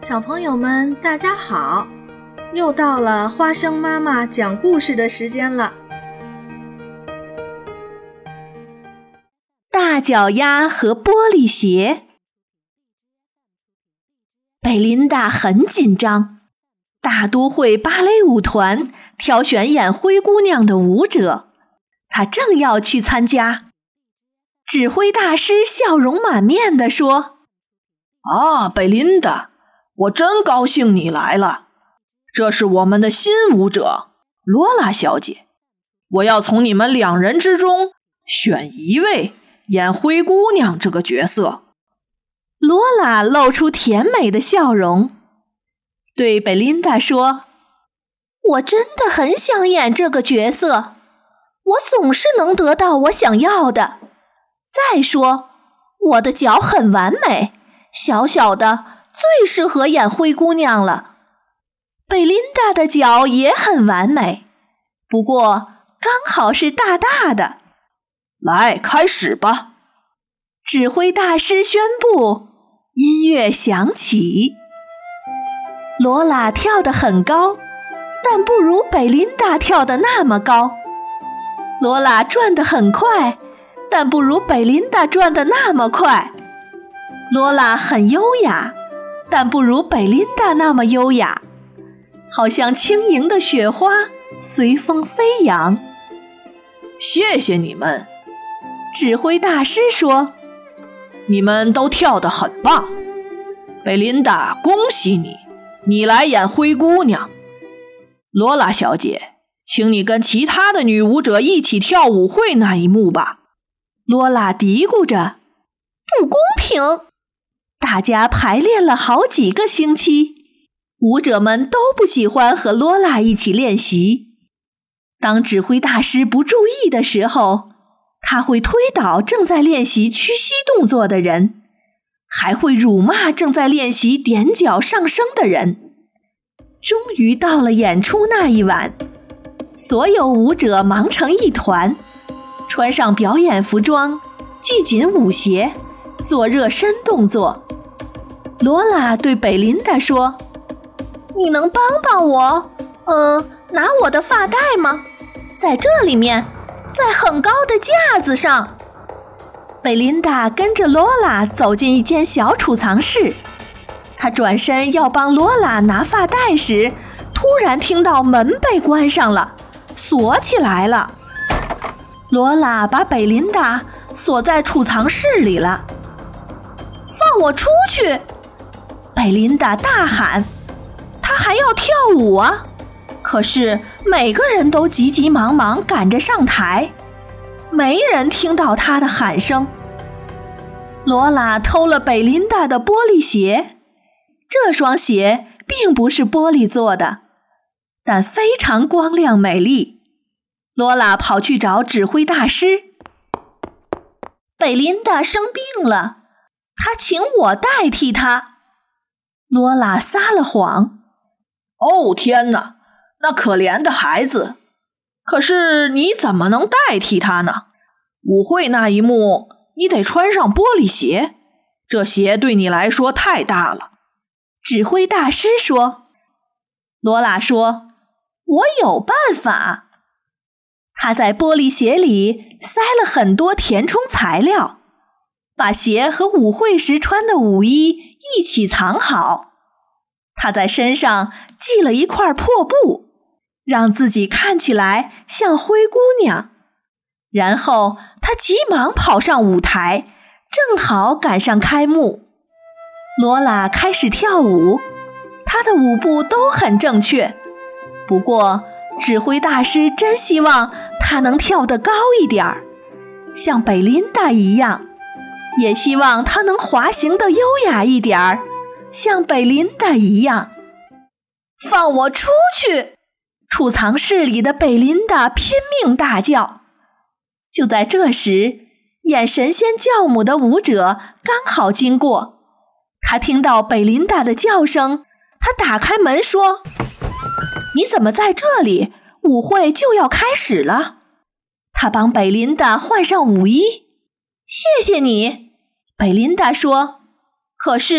小朋友们，大家好！又到了花生妈妈讲故事的时间了。 大脚丫和玻璃鞋。贝琳达很紧张，大都会芭蕾舞团挑选演灰姑娘的舞者，她正要去参加。指挥大师笑容满面地说：“ 贝琳达，我真高兴你来了。这是我们的新舞者，罗拉小姐。我要从你们2人之中选一位演灰姑娘这个角色。” 罗拉露出甜美的笑容，对贝琳达说：“我真的很想演这个角色，我总是能得到我想要的。再说，我的脚很完美，小小的，最适合演灰姑娘了。贝琳达的脚也很完美，不过刚好是大大的。 来，开始吧。” 指挥大师宣布，音乐响起。罗拉跳得很高，但不如贝琳达跳得那么高。罗拉转得很快，但不如贝琳达转得那么快。罗拉很优雅，但不如贝琳达那么优雅，好像轻盈的雪花随风飞扬。 谢谢你们， 指挥大师说， 你们都跳得很棒。贝琳达，恭喜你，你来演灰姑娘。罗拉小姐，请你跟其他的女舞者一起跳舞会那一幕吧。 罗拉嘀咕着，不公平。大家排练了好几个星期，舞者们都不喜欢和罗拉一起练习。当指挥大师不注意的时候，他会推倒正在练习屈膝动作的人，还会辱骂正在练习踮脚上升的人。终于到了演出那一晚，所有舞者忙成一团，穿上表演服装，系紧舞鞋，做热身动作。罗拉对贝琳达说：“你能帮帮我？拿我的发带吗？在这里面，在很高的架子上。”贝琳达跟着罗拉走进一间小储藏室，她转身要帮罗拉拿发带时，突然听到门被关上了，锁起来了。罗拉把贝琳达锁在储藏室里了。“放我出去！”贝琳达大喊，她还要跳舞啊！可是每个人都急急忙忙赶着上台，没人听到她的喊声。罗拉偷了贝琳达的玻璃鞋，这双鞋并不是玻璃做的，但非常光亮美丽。罗拉跑去找指挥大师。贝琳达生病了，她请我代替她。罗拉撒了谎。 天哪，那可怜的孩子！可是你怎么能代替他呢？舞会那一幕，你得穿上玻璃鞋，这鞋对你来说太大了。 指挥大师说。罗拉说：“我有办法。”他在玻璃鞋里塞了很多填充材料，把鞋和舞会时穿的舞衣一起藏好。他在身上系了一块破布，让自己看起来像灰姑娘。然后他急忙跑上舞台，正好赶上开幕。罗拉开始跳舞，她的舞步都很正确。不过指挥大师真希望她能跳得高一点儿，像贝琳达一样，也希望她能滑行得优雅一点儿，像贝琳达一样。放我出去！储藏室里的贝琳达拼命大叫。就在这时，演神仙教母的舞者刚好经过，他听到贝琳达的叫声，他打开门说：“你怎么在这里？舞会就要开始了。”他帮贝琳达换上舞衣。“谢谢你。”贝琳达说，“可是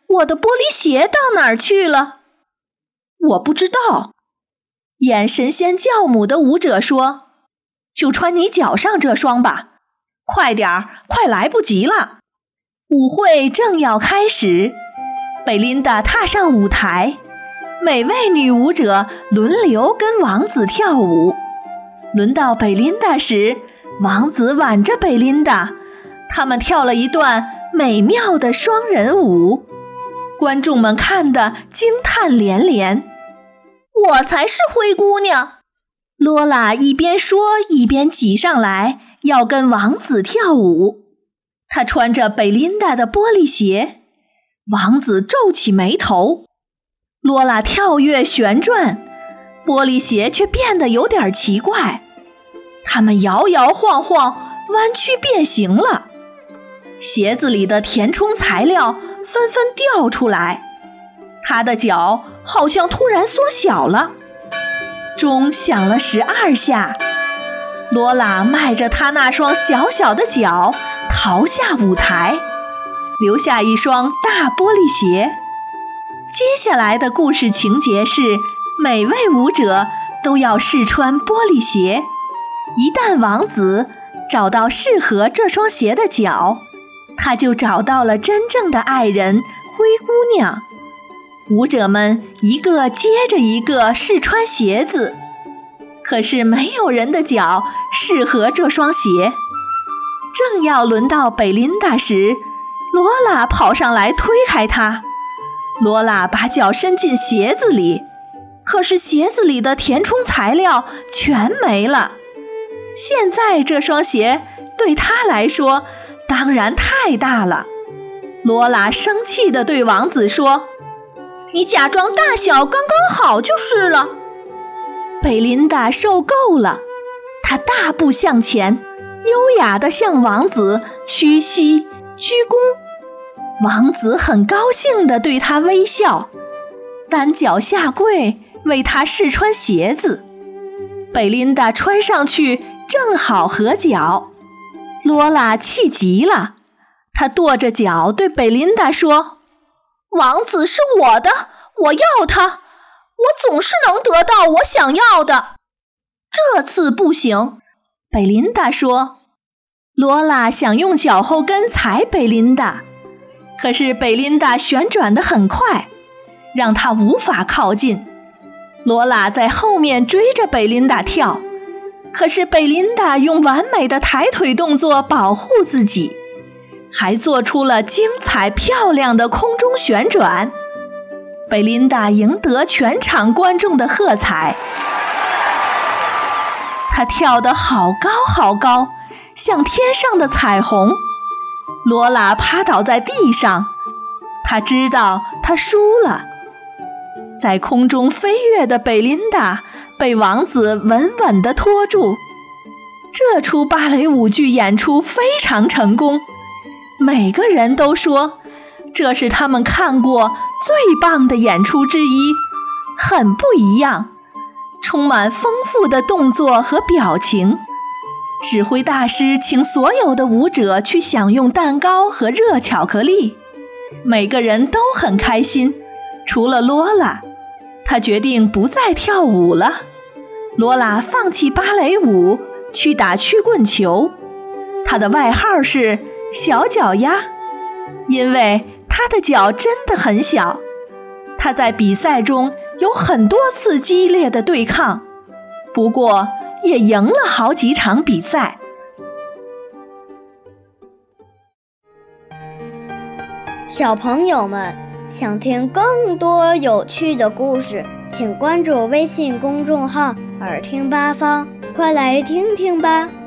我的玻璃鞋到哪儿去了？我不知道。演神仙教母的舞者说，就穿你脚上这双吧，快点儿，快来不及了。舞会正要开始，贝琳达踏上舞台，每位女舞者轮流跟王子跳舞。轮到贝琳达时，王子挽着贝琳达，他们跳了一段美妙的双人舞，观众们看得惊叹连连。我才是灰姑娘！罗拉一边说一边挤上来，要跟王子跳舞。她穿着贝琳达的玻璃鞋，王子皱起眉头。罗拉跳跃旋转，玻璃鞋却变得有点奇怪，它们摇摇晃晃，弯曲变形了。鞋子里的填充材料纷纷掉出来，她的脚好像突然缩小了。钟响了12下，罗拉迈着她那双小小的脚逃下舞台，留下一双大玻璃鞋。接下来的故事情节是，每位舞者都要试穿玻璃鞋，一旦王子找到适合这双鞋的脚，他就找到了真正的爱人灰姑娘。舞者们一个接着一个试穿鞋子，可是没有人的脚适合这双鞋。正要轮到贝琳达时，罗拉跑上来推开她。罗拉把脚伸进鞋子里，可是鞋子里的填充材料全没了。现在这双鞋对她来说当然太大了。罗拉生气地对王子说，你假装大小刚刚好就是了。贝琳达受够了，她大步向前，优雅地向王子屈膝鞠躬。王子很高兴地对她微笑，单脚下跪为她试穿鞋子。贝琳达穿上去正好合脚。罗拉气极了，她跺着脚对贝琳达说，王子是我的，我要他，我总是能得到我想要的。这次不行，贝琳达说。罗拉想用脚后跟踩贝琳达，可是贝琳达旋转得很快，让她无法靠近。罗拉在后面追着贝琳达跳，可是贝琳达用完美的抬腿动作保护自己，还做出了精彩漂亮的空中旋转。贝琳达赢得全场观众的喝彩。她跳得好高好高，像天上的彩虹。罗拉趴倒在地上，她知道她输了。在空中飞跃的贝琳达被王子稳稳地拖住。这出芭蕾舞剧演出非常成功，每个人都说这是他们看过最棒的演出之一，很不一样，充满丰富的动作和表情。指挥大师请所有的舞者去享用蛋糕和热巧克力，每个人都很开心，除了罗拉，她决定不再跳舞了。罗拉放弃芭蕾舞，去打曲棍球。她的外号是小脚丫，因为她的脚真的很小。她在比赛中有很多次激烈的对抗，不过也赢了好几场比赛。 小朋友们，想听更多有趣的故事，请关注微信公众号“耳听八方”，快来听听吧。